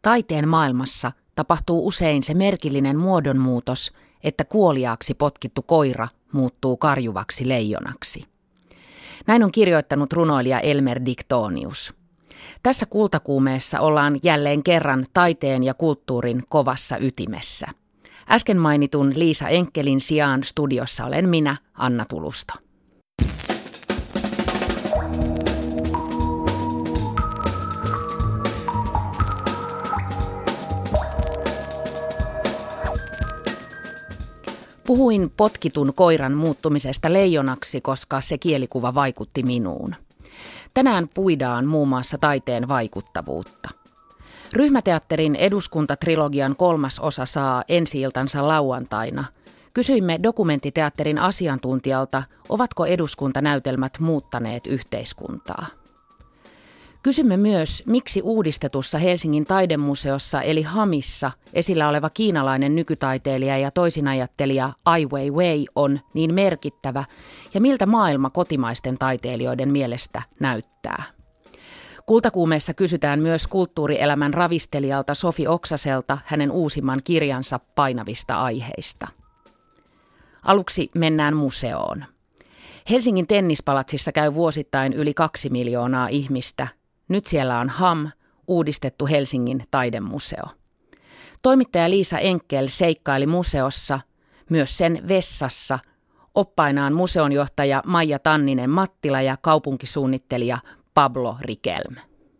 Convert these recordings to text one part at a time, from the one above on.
Taiteen maailmassa tapahtuu usein se merkillinen muodonmuutos, että kuoliaaksi potkittu koira muuttuu karjuvaksi leijonaksi. Näin on kirjoittanut runoilija Elmer Diktonius. Tässä kultakuumeessa ollaan jälleen kerran taiteen ja kulttuurin kovassa ytimessä. Äsken mainitun Liisa Enkelin sijaan studiossa olen minä, Anna Tulusto. Puhuin potkitun koiran muuttumisesta leijonaksi, koska se kielikuva vaikutti minuun. Tänään puidaan muun muassa taiteen vaikuttavuutta. Ryhmäteatterin eduskuntatrilogian 3. osa saa ensi-iltansa lauantaina. Kysyimme dokumenttiteatterin asiantuntijalta, ovatko eduskuntanäytelmät muuttaneet yhteiskuntaa. Kysymme myös, miksi uudistetussa Helsingin taidemuseossa eli HAMissa esillä oleva kiinalainen nykytaiteilija ja toisinajattelija Ai Weiwei on niin merkittävä ja miltä maailma kotimaisten taiteilijoiden mielestä näyttää. Kultakuumeessa kysytään myös kulttuurielämän ravistelijalta Sofi Oksaselta hänen uusimman kirjansa painavista aiheista. Aluksi mennään museoon. Helsingin Tennispalatsissa käy vuosittain yli 2 miljoonaa ihmistä. Nyt siellä on HAM, uudistettu Helsingin taidemuseo. Toimittaja Liisa Enkel seikkaili museossa, myös sen vessassa, oppainaan museonjohtaja Maija Tanninen-Mattila ja kaupunkisuunnittelija Pablo Riquelme.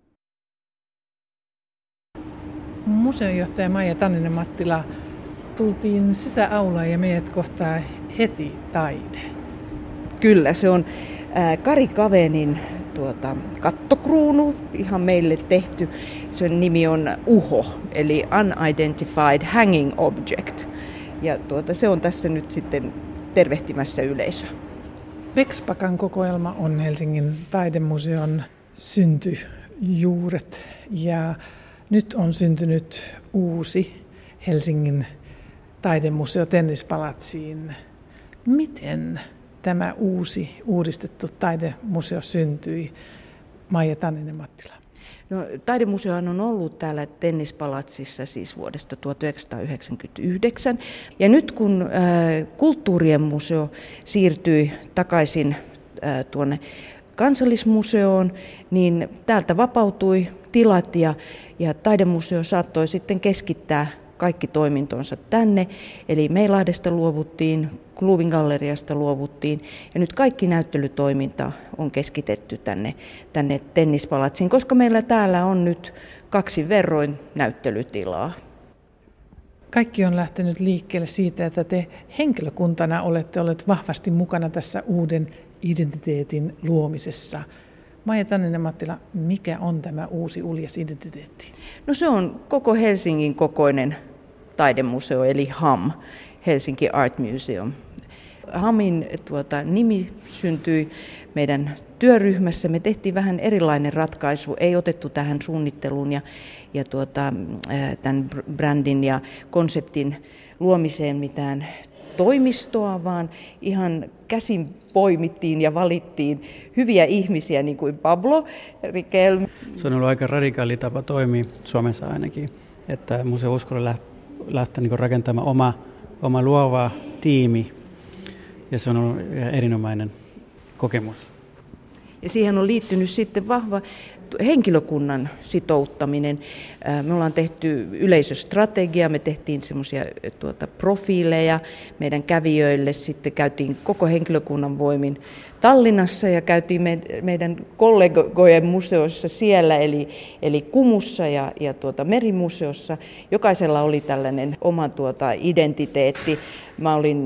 Museonjohtaja Maija Tanninen-Mattila, tultiin sisäaulaan ja meidät kohtaa heti taide. Kyllä, se on Kari Kavenin kattokruunu, ihan meille tehty. Sen nimi on UHO, eli Unidentified Hanging Object. Ja se on tässä nyt sitten tervehtimässä yleisöä. Vexpakan kokoelma on Helsingin taidemuseon syntyjuuret. Ja nyt on syntynyt uusi Helsingin taidemuseo Tennispalatsiin. Miten tämä uudistettu taidemuseo syntyi, Maija Tanninen-Mattila? No, taidemuseohan on ollut täällä Tennispalatsissa siis vuodesta 1999. Ja nyt kun Kulttuurien museo siirtyi takaisin tuonne Kansallismuseoon, niin täältä vapautui tilat ja taidemuseo saattoi sitten keskittää kaikki toimintonsa tänne. Eli Meilahdesta luovuttiin, Kluvin galleriasta luovuttiin ja nyt kaikki näyttelytoiminta on keskitetty tänne Tennispalatsiin, koska meillä täällä on nyt 2 verroin näyttelytilaa. Kaikki on lähtenyt liikkeelle siitä, että te henkilökuntana olette olleet vahvasti mukana tässä uuden identiteetin luomisessa. Maija Tanninen-Mattila, mikä on tämä uusi uljas identiteetti? No se on koko Helsingin kokoinen taidemuseo, eli HAM, Helsinki Art Museum. HAMin nimi syntyi meidän työryhmässä. Me tehtiin vähän erilainen ratkaisu, ei otettu tähän suunnitteluun ja tämän brändin ja konseptin luomiseen mitään toimistoa, vaan ihan käsin poimittiin ja valittiin hyviä ihmisiä, niin kuin Pablo Riquelme. Se on ollut aika radikaali tapa toimia Suomessa ainakin, että museo uskolla lähteä niin rakentamaan oma luova tiimi, ja se on ollut erinomainen kokemus. Ja siihen on liittynyt sitten vahva henkilökunnan sitouttaminen. Me ollaan tehty yleisöstrategia, me tehtiin semmoisia profiileja meidän kävijöille, sitten käytiin koko henkilökunnan voimin Tallinnassa ja käytiin meidän kollegojen museoissa siellä, eli Kumussa ja Merimuseossa. Jokaisella oli tällainen oma identiteetti. Mä olin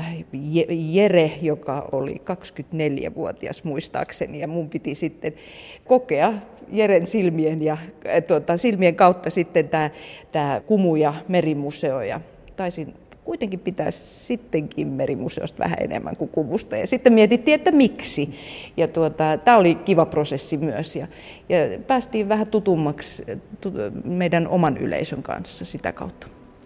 Jere, joka oli 24-vuotias muistaakseni, ja mun piti sitten kokea Jeren silmien kautta sitten tämä Kumu- ja Merimuseo. Ja taisin kuitenkin pitää sittenkin Merimuseosta vähän enemmän kuin Kumusta. Ja sitten mietittiin, että miksi. Ja tämä oli kiva prosessi myös. Ja päästiin vähän tutummaksi meidän oman yleisön kanssa sitä kautta.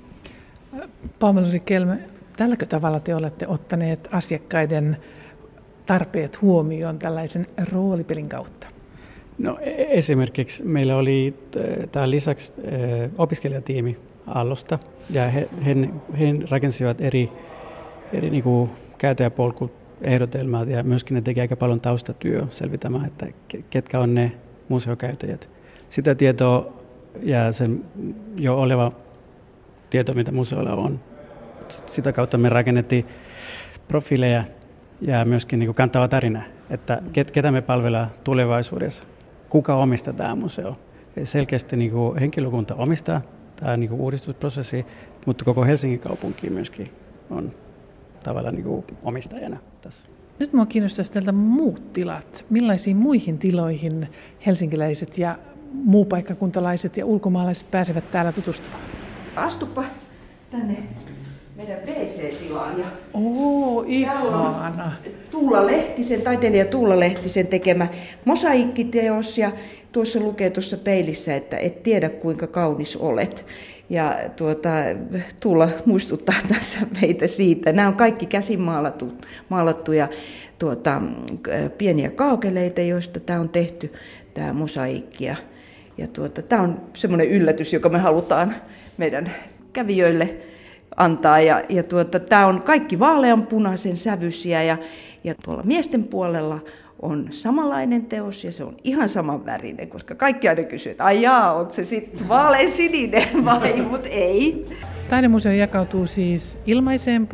Pablo Riquelme, tälläkö tavalla te olette ottaneet asiakkaiden tarpeet huomioon tällaisen roolipelin kautta? No esimerkiksi meillä oli tämän lisäksi opiskelijatiimi Aallosta ja he rakensivat eri niin kuin käyttäjäpolkuehdotelmat ja myöskin ne teki aika paljon taustatyö selvitämään, että ketkä on ne museokäyttäjät. Sitä tietoa ja sen jo oleva tieto, mitä museolla on. Sitä kautta me rakennettiin profiileja ja myöskin niin kuin kantava tarina, että ketä me palvellaan tulevaisuudessa. Kuka omistaa tämä museo? Selkeästi niin kuin henkilökunta omistaa tämä niin kuin uudistusprosessi, mutta koko Helsingin kaupunki myöskin on tavallaan niin kuin omistajana tässä. Nyt minua kiinnostaisi tältä muut tilat. Millaisiin muihin tiloihin helsinkiläiset ja muupaikkakuntalaiset ja ulkomaalaiset pääsevät täällä tutustumaan? Astupa tänne meidän WC-tilaan. Ihana. Taiteilija Tuula Lehtisen tekemä mosaiikkiteos ja tuossa lukee tuossa peilissä, että et tiedä kuinka kaunis olet. Ja Tuula muistuttaa tässä meitä siitä. Nämä on kaikki käsin maalattuja pieniä kaakeleita, joista tämä on tehty, tämä mosaiikki. Ja tämä on semmoinen yllätys, joka me halutaan meidän kävijöille antaa. Tämä on kaikki vaaleanpunaisen sävyisiä ja tuolla miesten puolella on samanlainen teos ja se on ihan saman värinen, koska kaikki aina kysyy, että onko se sitten vaaleansininen vai, mutta ei. Taidemuseo jakautuu siis ilmaiseen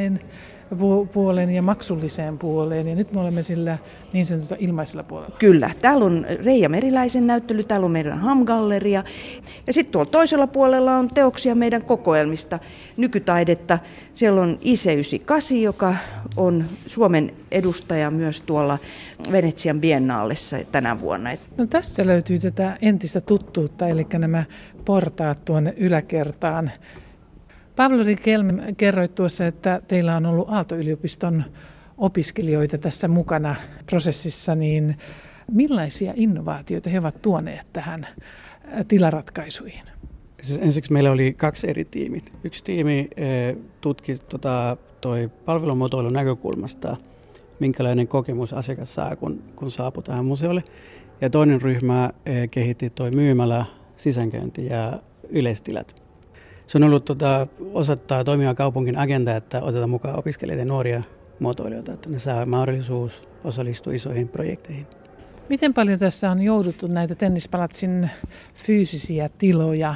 puoleen ja maksulliseen puoleen, ja nyt me olemme sillä niin sanotulla ilmaisella puolella. Kyllä, täällä on Reija Meriläisen näyttely, täällä on meidän HAM-galleria, ja sitten tuolla toisella puolella on teoksia meidän kokoelmista, nykytaidetta. Siellä on IC98, joka on Suomen edustaja myös tuolla Venetsian biennaalessa tänä vuonna. No tässä löytyy tätä entistä tuttuutta, eli nämä portaat tuonne yläkertaan. Pavlori Kelme, kerroit tuossa, että teillä on ollut Aalto-yliopiston opiskelijoita tässä mukana prosessissa, niin millaisia innovaatioita he ovat tuoneet tähän tilaratkaisuihin? Siis ensiksi meillä oli 2 eri tiimit. Yksi tiimi tutki toi palvelumuotoilun näkökulmasta, minkälainen kokemus asiakas saa, kun saapuu tähän museolle. Ja toinen ryhmä kehitti toi myymälä, sisäänkäynti ja yleistilat. Se on ollut osoittaa toimivan kaupungin agenda, että otetaan mukaan opiskelijoita ja nuoria muotoilijoita, että ne saa mahdollisuus osallistua isoihin projekteihin. Miten paljon tässä on jouduttu näitä Tennispalatsin fyysisiä tiloja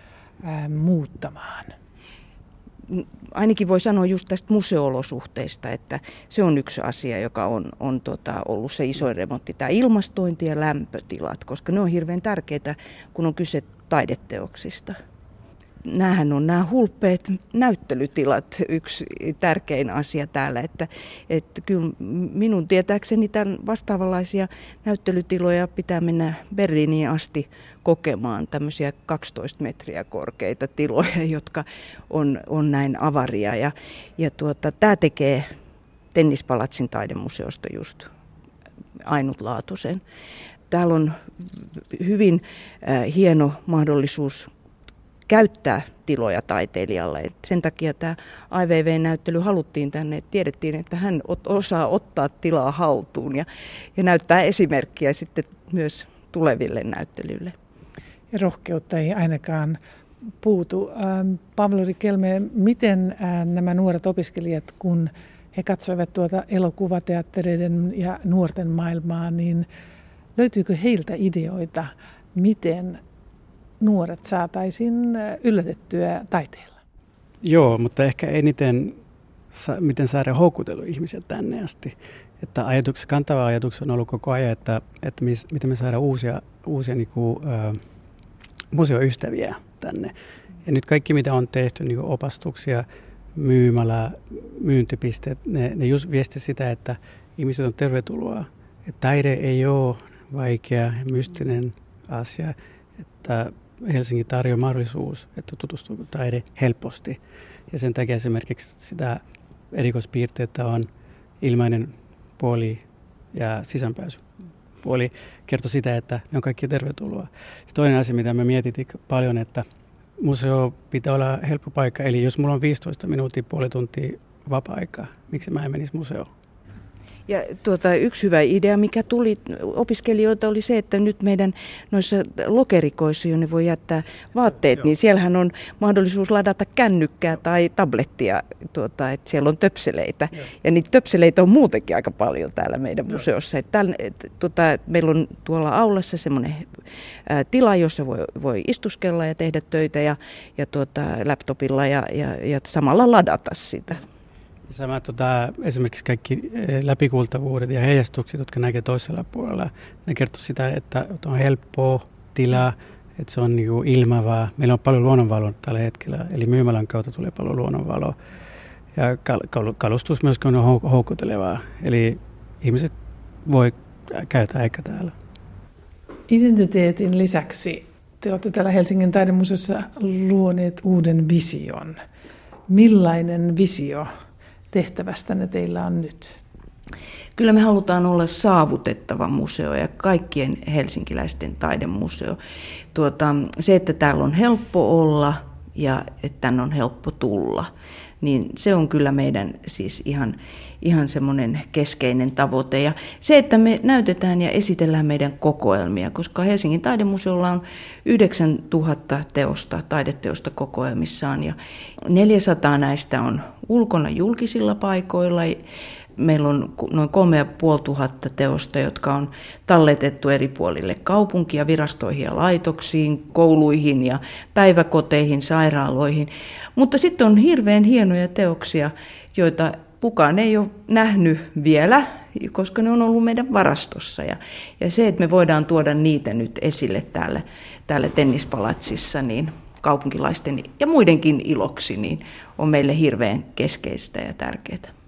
muuttamaan? Ainakin voi sanoa just tästä museolosuhteista, että se on yksi asia, joka on ollut se isoin remontti, tämä ilmastointi ja lämpötilat, koska ne on hirveän tärkeitä, kun on kyse taideteoksista. Nämähän on nämä hulppeat näyttelytilat yksi tärkein asia täällä, että kyllä minun tietääkseni tämän vastaavanlaisia näyttelytiloja pitää mennä Berliiniin asti kokemaan, tämmöisiä 12 metriä korkeita tiloja, jotka on näin avaria ja tämä tekee Tennispalatsin taidemuseosta just ainutlaatuisen. Täällä on hyvin hieno mahdollisuus käyttää tiloja taiteilijalle. Sen takia tämä IVV-näyttely haluttiin tänne, että tiedettiin, että hän osaa ottaa tilaa haltuun ja näyttää esimerkkiä sitten myös tuleville näyttelyille. Ja rohkeutta ei ainakaan puutu. Pavlori Kelme, miten nämä nuoret opiskelijat, kun he katsoivat tuota elokuvateattereiden ja nuorten maailmaa, niin löytyykö heiltä ideoita, miten nuoret saataisiin yllätettyä taiteella? Joo, mutta ehkä eniten miten saada houkutella ihmisiä tänne asti. Että kantava ajatus on ollut koko ajan, että miten me saadaan uusia museoystäviä tänne. Ja nyt kaikki mitä on tehty, niin kuin opastuksia, myymälä, myyntipisteet, ne just viesti sitä, että ihmiset on tervetuloa. Että taide ei ole vaikea ja mystinen asia, että Helsinki tarjoaa mahdollisuus, että tutustuu taide helposti. Ja sen takia esimerkiksi sitä erikoispiirteitä on ilmainen puoli ja sisäänpääsypuoli kertoo sitä, että ne on kaikki tervetuloa. Toinen asia, mitä me mietittiin paljon, että museo pitää olla helppo paikka. Eli jos mulla on 15 minuuttia, puoli tuntia vapaa-aikaa, miksi mä en menisi museoon? Ja yksi hyvä idea, mikä tuli opiskelijoilta, oli se, että nyt meidän noissa lokerikoissa, jonne voi jättää vaatteet, niin siellähän on mahdollisuus ladata kännykkää tai tablettia, että siellä on töpseleitä. Ja niitä töpseleitä on muutenkin aika paljon täällä meidän museossa. Meillä on tuolla aulassa semmoinen tila, jossa voi istuskella ja tehdä töitä ja laptopilla ja samalla ladata sitä. Sama esimerkiksi kaikki läpikuultavuudet ja heijastukset, jotka näkee toisella puolella, ne kertoo sitä, että on helppoa tilaa, että se on niinku ilmavaa. Meillä on paljon luonnonvaloa tällä hetkellä, eli myymälän kautta tulee paljon luonnonvaloa. Ja kalustus myöskin on houkuttelevaa, eli ihmiset voi käyttää aika täällä. Identiteetin lisäksi te olette täällä Helsingin taidemuseossa luoneet uuden vision. Millainen visio tehtävästänne teillä on nyt? Kyllä me halutaan olla saavutettava museo ja kaikkien helsinkiläisten taidemuseo. Se, että täällä on helppo olla ja että tänne on helppo tulla, niin se on kyllä meidän siis ihan semmoinen keskeinen tavoite. Ja se, että me näytetään ja esitellään meidän kokoelmia, koska Helsingin taidemuseolla on 9000 taideteosta kokoelmissaan ja 400 näistä on ulkona julkisilla paikoilla. Meillä on noin 3500 teosta, jotka on talletettu eri puolille kaupunkia, virastoihin ja laitoksiin, kouluihin ja päiväkoteihin, sairaaloihin. Mutta sitten on hirveän hienoja teoksia, joita kukaan ei ole nähnyt vielä, koska ne on ollut meidän varastossa. Ja se, että me voidaan tuoda niitä nyt esille täällä Tennispalatsissa, niin kaupunkilaisten ja muidenkin iloksi, niin on meille hirveän keskeistä ja tärkeää.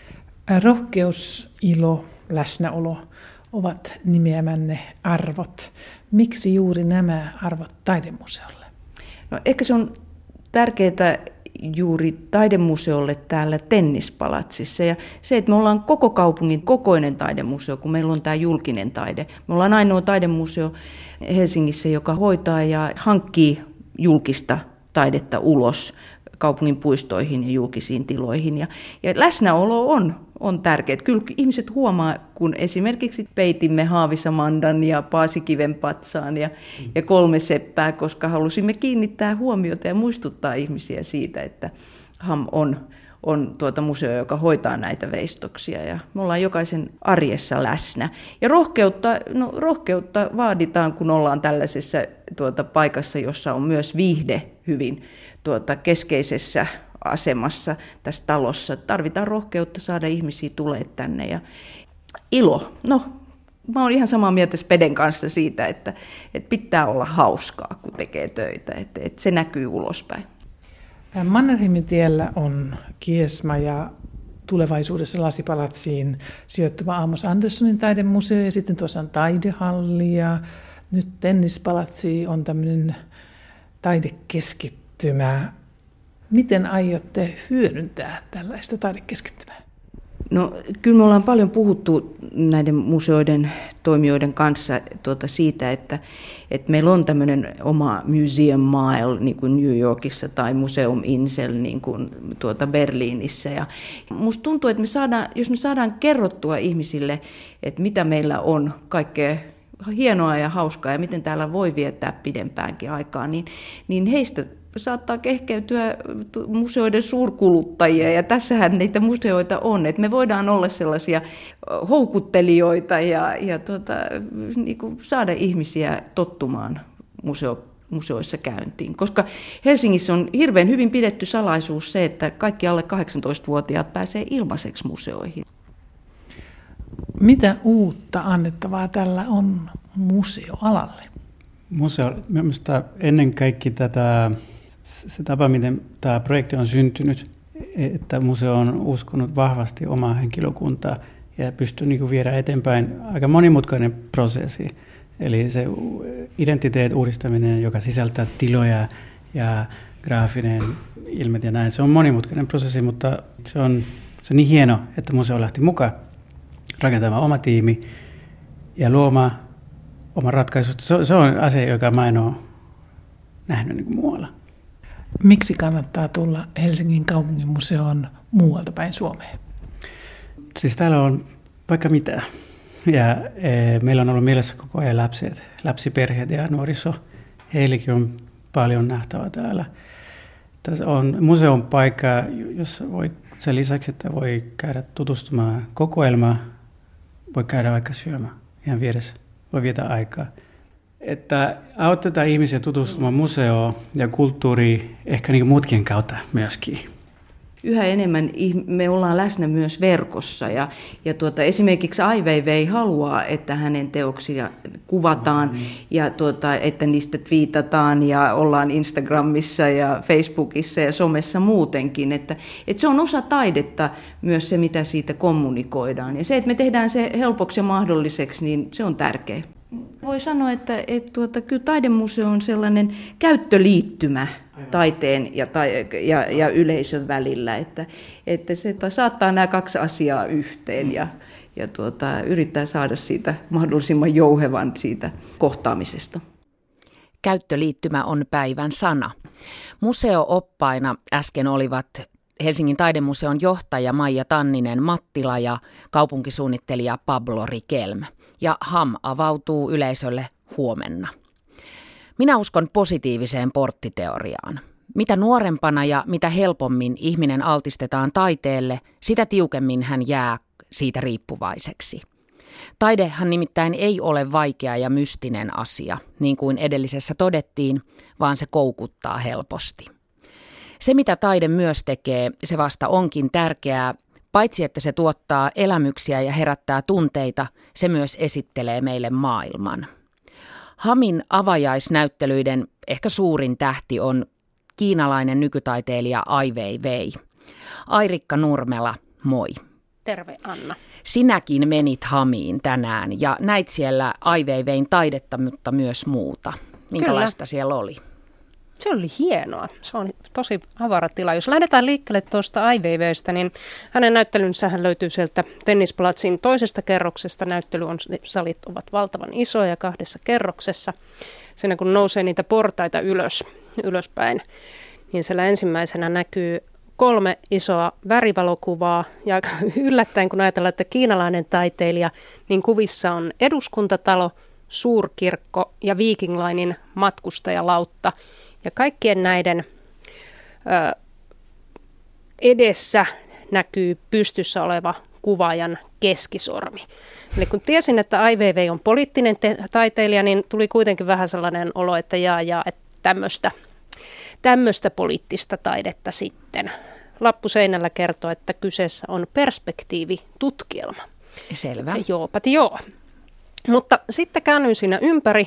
Rohkeus, ilo, läsnäolo ovat nimeämänne arvot. Miksi juuri nämä arvot taidemuseolle? No, ehkä se on tärkeää juuri taidemuseolle täällä Tennispalatsissa. Ja se, että me ollaan koko kaupungin kokoinen taidemuseo, kun meillä on tämä julkinen taide. Me ollaan ainoa taidemuseo Helsingissä, joka hoitaa ja hankkii julkista taidetta ulos kaupungin puistoihin ja julkisiin tiloihin. Ja läsnäolo on tärkeää. Kyllä ihmiset huomaa, kun esimerkiksi peitimme Haavisamandan ja Paasikiven patsaan ja 3 seppää, koska halusimme kiinnittää huomiota ja muistuttaa ihmisiä siitä, että HAM on museo, joka hoitaa näitä veistoksia. Ja me ollaan jokaisen arjessa läsnä. Ja rohkeutta vaaditaan, kun ollaan tällaisessa paikassa, jossa on myös viihde hyvin keskeisessä asemassa tässä talossa. Tarvitaan rohkeutta saada ihmisiä tulee tänne. Ja ilo. Mä oon ihan samaa mieltä Speden kanssa siitä, että pitää olla hauskaa, kun tekee töitä. Että se näkyy ulospäin. Mannerheimintiellä on Kiesma ja tulevaisuudessa Lasipalatsiin sijoittuva Amos Anderssonin taidemuseo ja sitten tuossa on taidehalli ja nyt Tennispalatsi on tämmöinen taidekeskittymä. Miten aiotte hyödyntää tällaista taidekeskittymää? No, kyllä me ollaan paljon puhuttu näiden museoiden toimijoiden kanssa siitä, että meillä on tämmöinen oma Museum Mile niin kuin New Yorkissa tai Museum Insel niin kuin Berliinissä. Ja musta tuntuu, että jos me saadaan kerrottua ihmisille, että mitä meillä on kaikkea hienoa ja hauskaa ja miten täällä voi viettää pidempäänkin aikaa, niin heistä saattaa kehkeytyä museoiden suurkuluttajia, ja tässähän niitä museoita on, että me voidaan olla sellaisia houkuttelijoita ja niin kuin saada ihmisiä tottumaan museoissa käyntiin. Koska Helsingissä on hirveän hyvin pidetty salaisuus se, että kaikki alle 18-vuotiaat pääsee ilmaiseksi museoihin. Mitä uutta annettavaa tällä on museoalalle? Minusta ennen kaikkea se tapa, miten tämä projekti on syntynyt, että museo on uskonut vahvasti omaa henkilökuntaa ja pystyy niin viedä eteenpäin aika monimutkainen prosessi. Eli se identiteetin uudistaminen, joka sisältää tiloja ja graafinen ilmet ja näin, se on monimutkainen prosessi, mutta se on niin hieno, että museo lähti mukaan rakentamaan oma tiimi ja luomaan oman ratkaisut. Se on asia, joka mä en ole nähnyt niin kuin muualla. Miksi kannattaa tulla Helsingin kaupunginmuseoon muualta päin Suomeen? Siis täällä on vaikka mitä. Ja meillä on ollut mielessä koko ajan lapsiperheet ja nuoriso. Heillekin on paljon nähtävää täällä. Tässä on museon paikka, jossa voi sen lisäksi, että voi käydä tutustumaan kokoelmaan, voi käydä vaikka syömään ihan vieressä, voi viettää aikaa. Että autetaan ihmisiä tutustumaan museoon ja kulttuuriin ehkä niin mutkien kautta myöskin. Yhä enemmän me ollaan läsnä myös verkossa ja esimerkiksi Ai Weiwei haluaa, että hänen teoksia kuvataan ja että niistä twiitataan ja ollaan Instagramissa ja Facebookissa ja somessa muutenkin. Että se on osa taidetta myös se, mitä siitä kommunikoidaan. Ja se, että me tehdään se helpoksi ja mahdolliseksi, niin se on tärkeää. Voi sanoa, että kyllä taidemuseo on sellainen käyttöliittymä taiteen ja yleisön välillä, että se saattaa nämä kaksi asiaa yhteen ja yrittää saada siitä mahdollisimman jouhevan siitä kohtaamisesta. Käyttöliittymä on päivän sana. Museo-oppaina äsken olivat Helsingin taidemuseon johtaja Maija Tanninen-Mattila ja kaupunkisuunnittelija Pablo Riquelme. Ja HAM avautuu yleisölle huomenna. Minä uskon positiiviseen porttiteoriaan. Mitä nuorempana ja mitä helpommin ihminen altistetaan taiteelle, sitä tiukemmin hän jää siitä riippuvaiseksi. Taidehan nimittäin ei ole vaikea ja mystinen asia, niin kuin edellisessä todettiin, vaan se koukuttaa helposti. Se, mitä taide myös tekee, se vasta onkin tärkeää. Paitsi että se tuottaa elämyksiä ja herättää tunteita, se myös esittelee meille maailman. HAMin avajaisnäyttelyiden ehkä suurin tähti on kiinalainen nykytaiteilija Ai Weiwei. Airikka Nurmela, moi. Terve Anna. Sinäkin menit HAMiin tänään ja näit siellä Ai Weiwein taidetta, mutta myös muuta. Minkälaista Kyllä. siellä oli? Se oli hienoa. Se on tosi avara tila. Jos lähdetään liikkeelle tuosta Ai Weiweistä, niin hänen näyttelynsähän löytyy sieltä Tennisplatsin toisesta kerroksesta. Salit ovat valtavan isoja 2 kerroksessa. Siinä kun nousee niitä portaita ylöspäin, niin siellä ensimmäisenä näkyy 3 isoa värivalokuvaa. Ja yllättäen kun ajatellaan, että kiinalainen taiteilija, niin kuvissa on eduskuntatalo, suurkirkko ja Viking Linen matkustajalautta. Ja kaikkien näiden edessä näkyy pystyssä oleva kuvaajan keskisormi. Eli kun tiesin, että Ai Weiwei on poliittinen taiteilija, niin tuli kuitenkin vähän sellainen olo, että että tämmöistä poliittista taidetta sitten. Lappu seinällä kertoo, että kyseessä on perspektiivitutkielma. Selvä. Joo. Mutta sitten käännyin siinä ympäri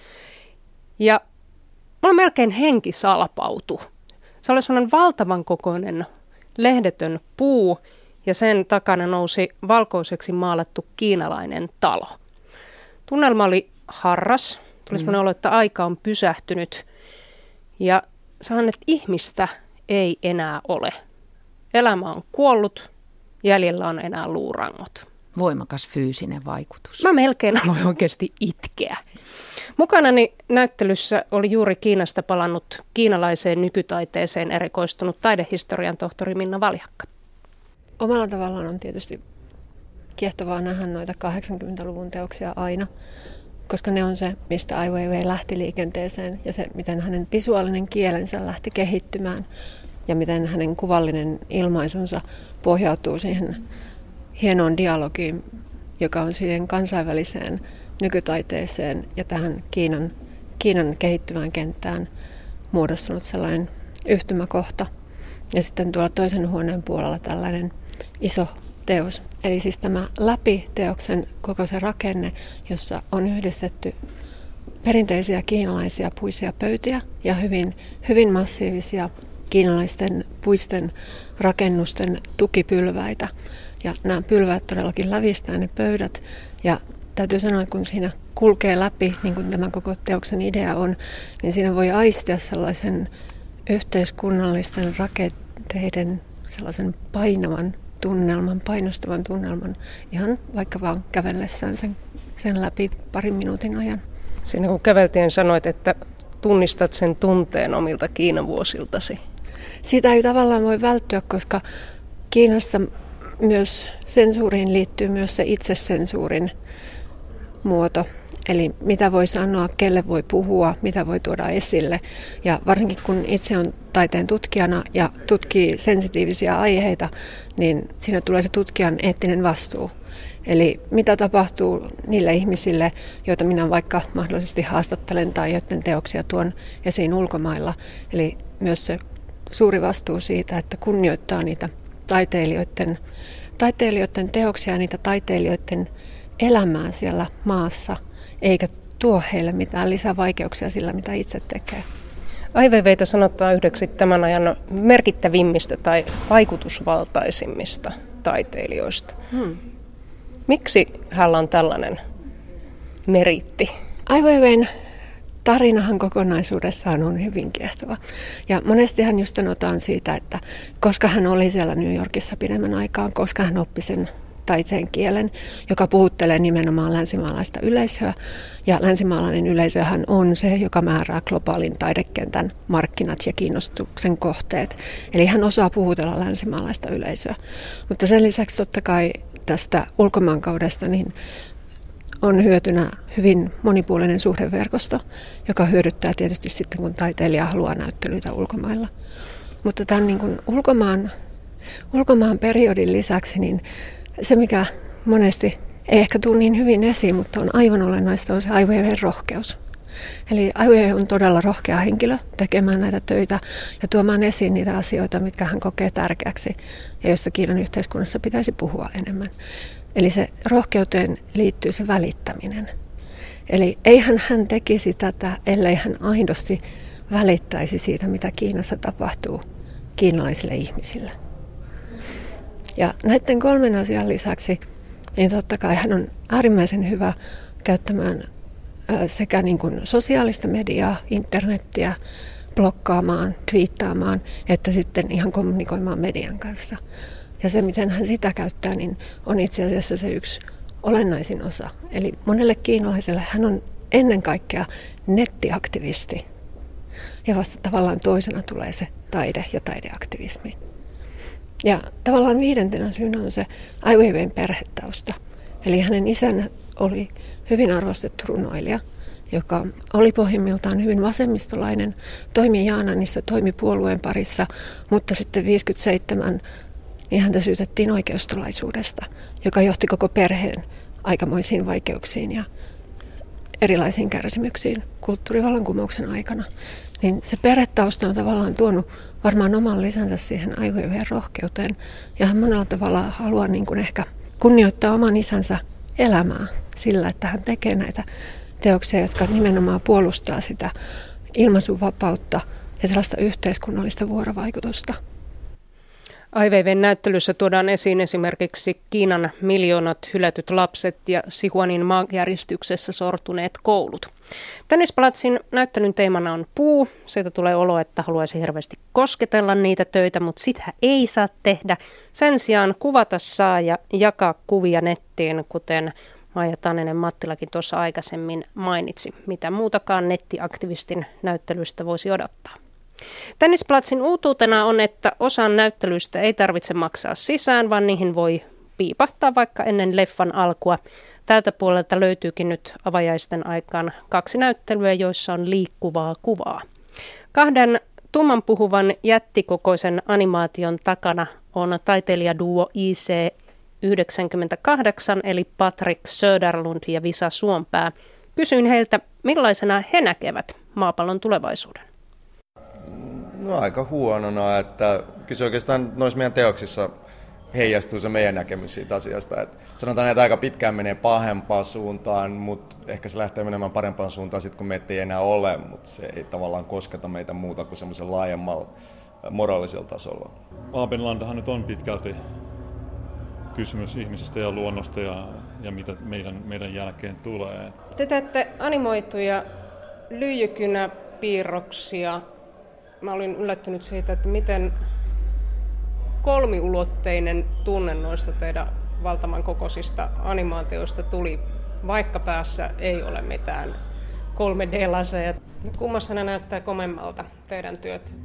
ja mulla melkein henki salpautui. Se oli sellainen valtavan kokoinen lehdetön puu ja sen takana nousi valkoiseksi maalattu kiinalainen talo. Tunnelma oli harras. Tuli sellainen olo, että aika on pysähtynyt ja sanon, että ihmistä ei enää ole. Elämä on kuollut, jäljellä on enää luurangot. Voimakas fyysinen vaikutus. Mä melkein aloin oikeasti itkeä. Mukanani näyttelyssä oli juuri Kiinasta palannut kiinalaiseen nykytaiteeseen erikoistunut taidehistorian tohtori Minna Valjakka. Omalla tavallaan on tietysti kiehtovaa nähdä noita 80-luvun teoksia aina, koska ne on se, mistä Ai Weiwei lähti liikenteeseen ja se, miten hänen visuaalinen kielensä lähti kehittymään ja miten hänen kuvallinen ilmaisunsa pohjautuu siihen hienoon dialogiin, joka on siihen kansainväliseen nykytaiteeseen ja tähän Kiinan kehittyvään kenttään muodostunut sellainen yhtymäkohta. Ja sitten tuolla toisen huoneen puolella tällainen iso teos. Eli siis tämä läpi teoksen koko se rakenne, jossa on yhdistetty perinteisiä kiinalaisia puisia pöytiä ja hyvin massiivisia kiinalaisten puisten rakennusten tukipylväitä. Ja nämä pylväät todellakin lävistää ne pöydät. Ja täytyy sanoa, että kun siinä kulkee läpi, niin kuin tämä koko teoksen idea on, niin siinä voi aistia sellaisen yhteiskunnallisten rakenteiden sellaisen painostavan tunnelman, ihan vaikka vaan kävellessään sen läpi parin minuutin ajan. Siinä kun käveltiin, sanoit, että tunnistat sen tunteen omilta Kiinan vuosiltasi. Siitä ei tavallaan voi välttyä, koska Kiinassa myös sensuuriin liittyy myös se itsesensuurin muoto. Eli mitä voi sanoa, kelle voi puhua, mitä voi tuoda esille. Ja varsinkin kun itse on taiteen tutkijana ja tutkii sensitiivisiä aiheita, niin siinä tulee se tutkijan eettinen vastuu. Eli mitä tapahtuu niille ihmisille, joita minä vaikka mahdollisesti haastattelen tai joiden teoksia tuon esiin ulkomailla. Eli myös se suuri vastuu siitä, että kunnioittaa niitä taiteilijoiden teoksia ja niitä taiteilijoiden elämää siellä maassa, eikä tuo heille mitään lisävaikeuksia sillä, mitä itse tekee. Ai Weiweitä sanotaan yhdeksi tämän ajan merkittävimmistä tai vaikutusvaltaisimmista taiteilijoista. Miksi hänellä on tällainen meriitti? Ai Weiwein tarinahan kokonaisuudessaan on hyvin kiehtova. Ja monestihan just sanotaan siitä, että koska hän oli siellä New Yorkissa pidemmän aikaa, koska hän oppi sen taiteen kielen, joka puhuttelee nimenomaan länsimaalaista yleisöä. Ja länsimaalainen yleisöhän on se, joka määrää globaalin taidekentän markkinat ja kiinnostuksen kohteet. Eli hän osaa puhutella länsimaalaista yleisöä. Mutta sen lisäksi totta kai tästä ulkomaankaudesta niin on hyötynä hyvin monipuolinen suhdeverkosto, joka hyödyttää tietysti sitten, kun taiteilija haluaa näyttelyitä ulkomailla. Mutta tämän niin kuin ulkomaan periodin lisäksi, niin se mikä monesti ei ehkä tule niin hyvin esiin, mutta on aivan olennaista, on se Ai Weiwein rohkeus. Eli Ai Weiwei on todella rohkea henkilö tekemään näitä töitä ja tuomaan esiin niitä asioita, mitkä hän kokee tärkeäksi ja joista Kiinan yhteiskunnassa pitäisi puhua enemmän. Eli se rohkeuteen liittyy se välittäminen. Eli eihän hän tekisi tätä, ellei hän aidosti välittäisi siitä, mitä Kiinassa tapahtuu kiinalaisille ihmisille. Ja näiden 3 asian lisäksi, niin totta kai hän on äärimmäisen hyvä käyttämään sekä niin kuin sosiaalista mediaa, internettiä, blokkaamaan, twiittaamaan, että sitten ihan kommunikoimaan median kanssa. Ja se, miten hän sitä käyttää, niin on itse asiassa se yksi olennaisin osa. Eli monelle kiinalaiselle hän on ennen kaikkea nettiaktivisti. Ja vasta tavallaan toisena tulee se taide ja taideaktivismi. Ja tavallaan 5. syynä on se Ai Weiwein perhetausta. Eli hänen isänä oli hyvin arvostettu runoilija, joka oli pohjimmiltaan hyvin vasemmistolainen, toimi Jaananissa, toimi puolueen parissa, mutta sitten 1957 niin häntä syytettiin oikeistolaisuudesta, joka johti koko perheen aikamoisiin vaikeuksiin ja erilaisiin kärsimyksiin kulttuurivallankumouksen aikana. Niin se perhetausta on tavallaan tuonut varmaan oman lisänsä siihen Ai Weiwein rohkeuteen. Ja hän monella tavalla haluaa niin kuin ehkä kunnioittaa oman isänsä elämää sillä, että hän tekee näitä teoksia, jotka nimenomaan puolustaa sitä ilmaisuvapautta ja sellaista yhteiskunnallista vuorovaikutusta. Ai Weiwein näyttelyssä tuodaan esiin esimerkiksi Kiinan miljoonat hylätyt lapset ja Sichuanin maanjäristyksessä sortuneet koulut. Tennispalatsin näyttelyn teemana on puu. Siitä tulee olo, että haluaisi hirveästi kosketella niitä töitä, mutta sitä ei saa tehdä. Sen sijaan kuvata saa ja jakaa kuvia nettiin, kuten Maija Tanninen-Mattilakin tuossa aikaisemmin mainitsi. Mitä muutakaan nettiaktivistin näyttelystä voisi odottaa. Tennisplatsin uutuutena on, että osan näyttelyistä ei tarvitse maksaa sisään, vaan niihin voi piipahtaa vaikka ennen leffan alkua. Tältä puolelta löytyykin nyt avajaisten aikaan 2 näyttelyä, joissa on liikkuvaa kuvaa. 2 tummanpuhuvan jättikokoisen animaation takana on taiteilijaduo IC98 eli Patrick Söderlund ja Visa Suompää. Kysyin heiltä, millaisena he näkevät maapallon tulevaisuuden. No aika huonona, että kyllä se oikeastaan noissa meidän teoksissa heijastuu se meidän näkemys siitä asiasta. Että sanotaan, että aika pitkään menee pahempaan suuntaan, mutta ehkä se lähtee menemään parempaan suuntaan sitten, kun meitä ei enää ole, mutta se ei tavallaan kosketa meitä muuta kuin semmoisen laajemmalla moraalisella tasolla. Apenlandahan nyt on pitkälti kysymys ihmisestä ja luonnosta ja mitä meidän jälkeen tulee. Te teette animoituja lyijykynäpiirroksia. Mä olin yllättynyt siitä, että miten kolmiulotteinen tunne noista teidän valtavan kokoisista animaatioista tuli, vaikka päässä ei ole mitään 3D-laseja. Kummassa ne näyttää komemmalta teidän työt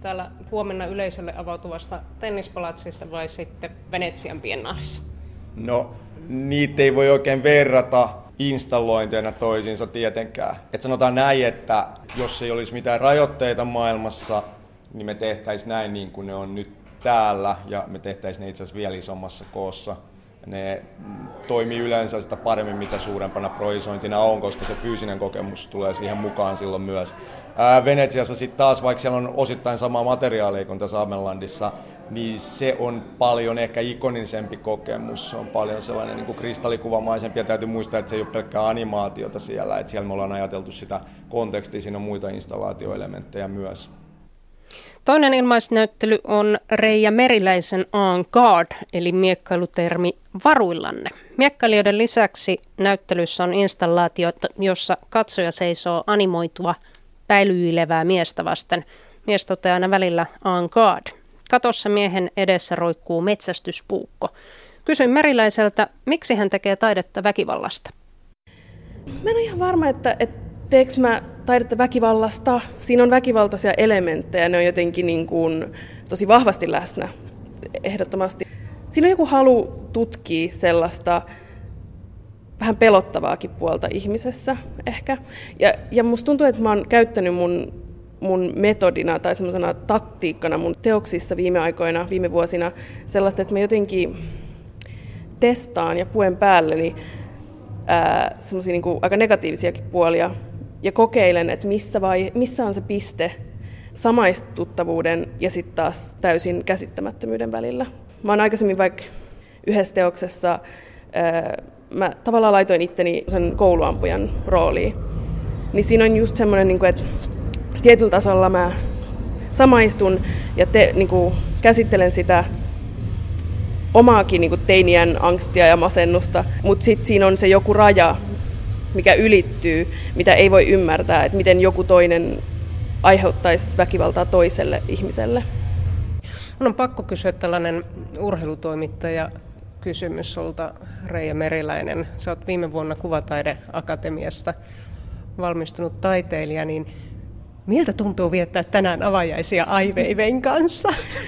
täällä huomenna yleisölle avautuvasta tennispalatsista vai sitten Venetsian biennaalissa? No, niitä ei voi oikein verrata installointeina toisiinsa tietenkään. Et sanotaan näin, että jos ei olisi mitään rajoitteita maailmassa, niin me tehtäisiin näin niin kuin ne on nyt täällä, ja me tehtäisiin ne itse asiassa vielä isommassa koossa. Ne toimii yleensä sitä paremmin, mitä suurempana projisointina on, koska se fyysinen kokemus tulee siihen mukaan silloin myös. Venetsiassa sitten taas, vaikka siellä on osittain samaa materiaalia kuin tässä Amelandissa, niin se on paljon ehkä ikonisempi kokemus. Se on paljon sellainen niin kuin kristallikuvamaisempi, ja täytyy muistaa, että se ei ole pelkkää animaatiota siellä. Että siellä me ollaan ajateltu sitä kontekstia, siinä on muita installaatioelementtejä myös. Toinen ilmaisnäyttely on Reija Meriläisen En Garde, eli miekkailutermi varuillanne. Miekkailijoiden lisäksi näyttelyssä on installaatio, jossa katsoja seisoo animoitua päilyilevää miestä vasten. Mies toteaa aina välillä En Garde. Katossa miehen edessä roikkuu metsästyspuukko. Kysyin Meriläiseltä, miksi hän tekee taidetta väkivallasta. Mä en ole ihan varma, että teekö mä taidetta väkivallasta. Siinä on väkivaltaisia elementtejä, ne on jotenkin niin kuin tosi vahvasti läsnä, ehdottomasti. Siinä on joku halu tutkia sellaista vähän pelottavaakin puolta ihmisessä ehkä. Ja musta tuntuu, että mä oon käyttänyt mun metodina tai semmoisena taktiikkana mun teoksissa viime vuosina sellaista, että mä jotenkin testaan ja puen päälleni semmoisia niin kuin aika negatiivisiakin puolia ja kokeilen, että missä on se piste samaistuttavuuden ja sitten taas täysin käsittämättömyyden välillä. Mä oon aikaisemmin vaikka yhdessä teoksessa, mä tavallaan laitoin itteni sen kouluampujan rooliin. Niin siinä on just semmoinen, että tietyllä tasolla mä samaistun ja käsittelen sitä omaakin teiniän angstia ja masennusta, mutta sitten siinä on se joku raja, mikä ylittyy, mitä ei voi ymmärtää, että miten joku toinen aiheuttaisi väkivaltaa toiselle ihmiselle. Minun on pakko kysyä tällainen urheilutoimittaja kysymys sulta, Reija Meriläinen. Sä oot viime vuonna Kuvataideakatemiasta valmistunut taiteilija, niin miltä tuntuu viettää tänään avajaisia Ai Weiwein kanssa?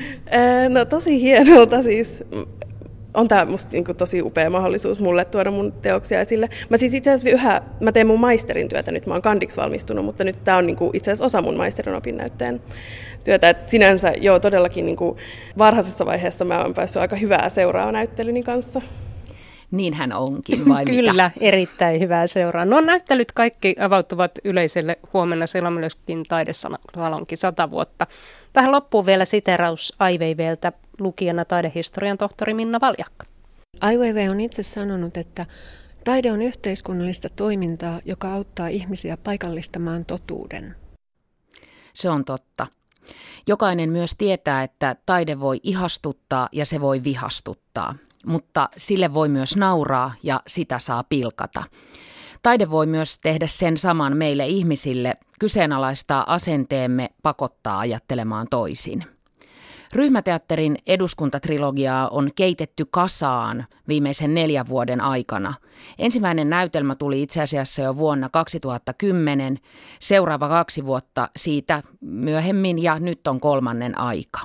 No tosi hienolta siis. On tämä musta tosi upea mahdollisuus mulle tuoda mun teoksia esille. Mä siis itse asiassa mä teen mun maisterin työtä nyt, mä oon kandiksi valmistunut, mutta nyt tää on itse asiassa osa mun maisterin opinnäytteen työtä. Et sinänsä joo, todellakin varhaisessa vaiheessa mä oon päässyt aika hyvää seuraa näyttelyni kanssa. Niin hän onkin, vai Kyllä, mitä? erittäin hyvää seuraa. No näyttelyt kaikki avautuvat yleisölle huomenna Selmylöskin taidesalonkin 100 vuotta. Tähän loppuu vielä siteeraus Ai Weiweiltä lukijana taidehistorian tohtori Minna Valjakka. Ai Weiwei on itse sanonut, että taide on yhteiskunnallista toimintaa, joka auttaa ihmisiä paikallistamaan totuuden. Se on totta. Jokainen myös tietää, että taide voi ihastuttaa ja se voi vihastuttaa. Mutta sille voi myös nauraa ja sitä saa pilkata. Taide voi myös tehdä sen saman meille ihmisille, kyseenalaistaa asenteemme, pakottaa ajattelemaan toisin. Ryhmäteatterin eduskuntatrilogiaa on keitetty kasaan viimeisen 4 vuoden aikana. Ensimmäinen näytelmä tuli itse asiassa jo vuonna 2010, seuraava 2 vuotta siitä myöhemmin ja nyt on 3. aika.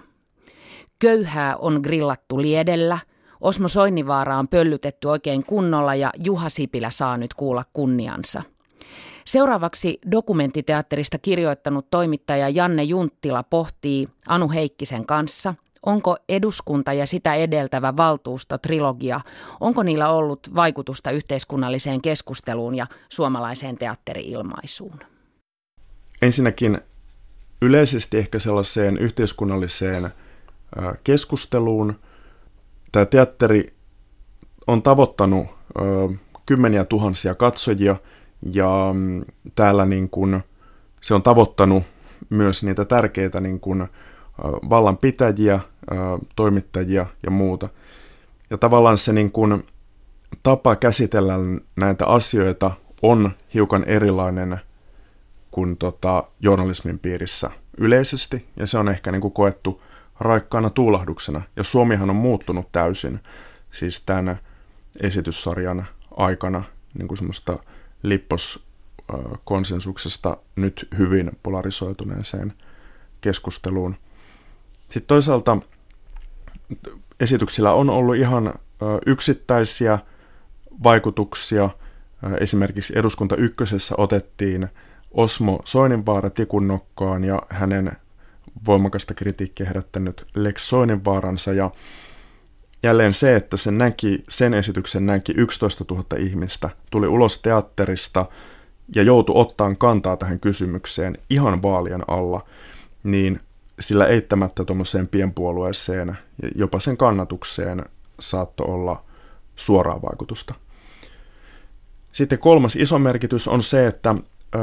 Köyhää on grillattu liedellä. Osmo Soininvaara on pöllytetty oikein kunnolla ja Juha Sipilä saa nyt kuulla kunniansa. Seuraavaksi dokumenttiteatterista kirjoittanut toimittaja Janne Junttila pohtii Anu Heikkisen kanssa, onko eduskunta ja sitä edeltävä valtuustotrilogia, onko niillä ollut vaikutusta yhteiskunnalliseen keskusteluun ja suomalaiseen teatteri-ilmaisuun? Ensinnäkin yleisesti ehkä sellaiseen yhteiskunnalliseen keskusteluun. Tämä teatteri on tavoittanut kymmeniä tuhansia katsojia ja täällä se on tavoittanut myös niitä tärkeitä vallanpitäjiä, toimittajia ja muuta. Ja tavallaan se tapa käsitellä näitä asioita on hiukan erilainen kuin journalismin piirissä yleisesti ja se on ehkä koettu raikkaana tuulahduksena. Ja Suomihan on muuttunut täysin siis tämän esityssarjan aikana semmoista lipposkonsensuksesta nyt hyvin polarisoituneeseen keskusteluun. Sitten toisaalta esityksillä on ollut ihan yksittäisiä vaikutuksia. Esimerkiksi Eduskunta ykkösessä otettiin Osmo Soininvaara tikunnokkaan ja hänen voimakasta kritiikkiä herättänyt Lex Soininvaaransa. Ja jälleen se, että sen esityksen näki 11 000 ihmistä, tuli ulos teatterista ja joutui ottamaan kantaa tähän kysymykseen ihan vaalien alla, niin sillä eittämättä tuommoiseen pienpuolueeseen ja jopa sen kannatukseen saattoi olla suoraa vaikutusta. Sitten kolmas iso merkitys on se, että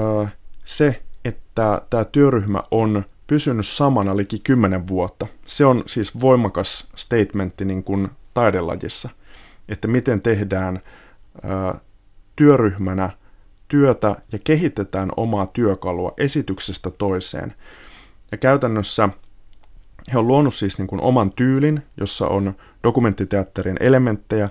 tämä työryhmä on pysynyt samana liki 10 vuotta. Se on siis voimakas statementti niin kuin taidelajissa, että miten tehdään työryhmänä työtä ja kehitetään omaa työkalua esityksestä toiseen. Ja käytännössä he on luonut siis niin kuin oman tyylin, jossa on dokumenttiteatterin elementtejä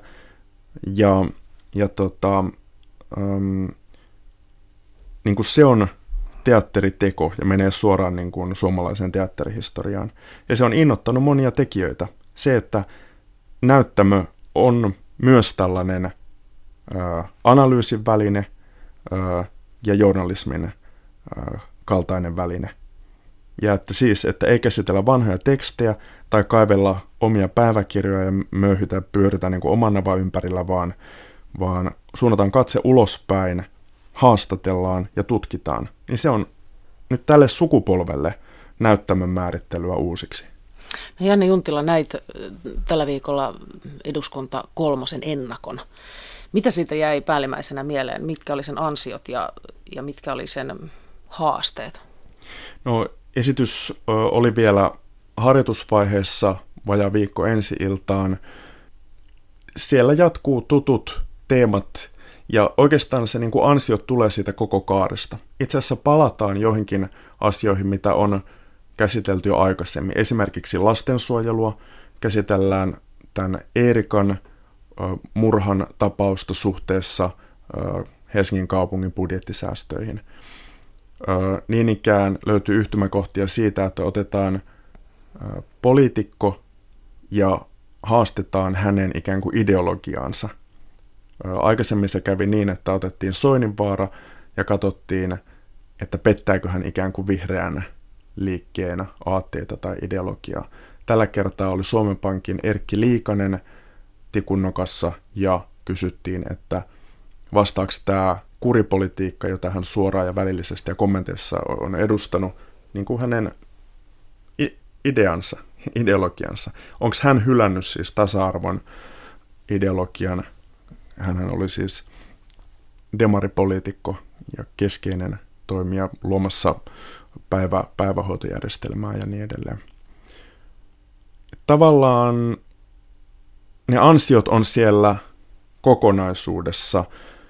niin kuin se on teatteriteko ja menee suoraan niin kuin suomalaiseen teatterihistoriaan. Ja se on innoittanut monia tekijöitä. Se, että näyttämö on myös tällainen analyysin väline ja journalismin kaltainen väline. Ja että ei käsitellä vanhoja tekstejä tai kaivella omia päiväkirjoja ja möyhytä ja pyöritä niin kuin oman navan ympärillä, vaan suunnataan katse ulospäin, haastatellaan ja tutkitaan. Niin se on nyt tälle sukupolvelle näyttämön määrittelyä uusiksi. No Janne Junttila, näit tällä viikolla Eduskunta kolmosen ennakon. Mitä siitä jäi päällimmäisenä mieleen? Mitkä oli sen ansiot ja mitkä oli sen haasteet? No esitys oli vielä harjoitusvaiheessa vajaa viikko ensi-iltaan. Siellä jatkuu tutut teemat ja oikeastaan se niin kuin ansiot tulee siitä koko kaaresta. Itse asiassa palataan joihinkin asioihin, mitä on käsitelty jo aikaisemmin. Esimerkiksi lastensuojelua käsitellään tämän Eerikan murhan tapausta suhteessa Helsingin kaupungin budjettisäästöihin. Niin ikään löytyy yhtymäkohtia siitä, että otetaan poliitikko ja haastetaan hänen ikään kuin ideologiaansa. Aikaisemmin se kävi niin, että otettiin Soininvaara ja katsottiin, että pettääkö hän ikään kuin vihreän liikkeenä aatteita tai ideologiaa. Tällä kertaa oli Suomen Pankin Erkki Liikanen tikunnokassa ja kysyttiin, että vastaako tämä kuripolitiikka, jota hän suoraan ja välillisesti ja kommenteissa on edustanut, niin kuin hänen ideologiansa. Onko hän hylännyt siis tasa-arvon ideologian? Hänhän oli siis demaripoliitikko ja keskeinen toimija luomassa päivähoitojärjestelmää ja niin edelleen. Tavallaan ne ansiot on siellä kokonaisuudessa.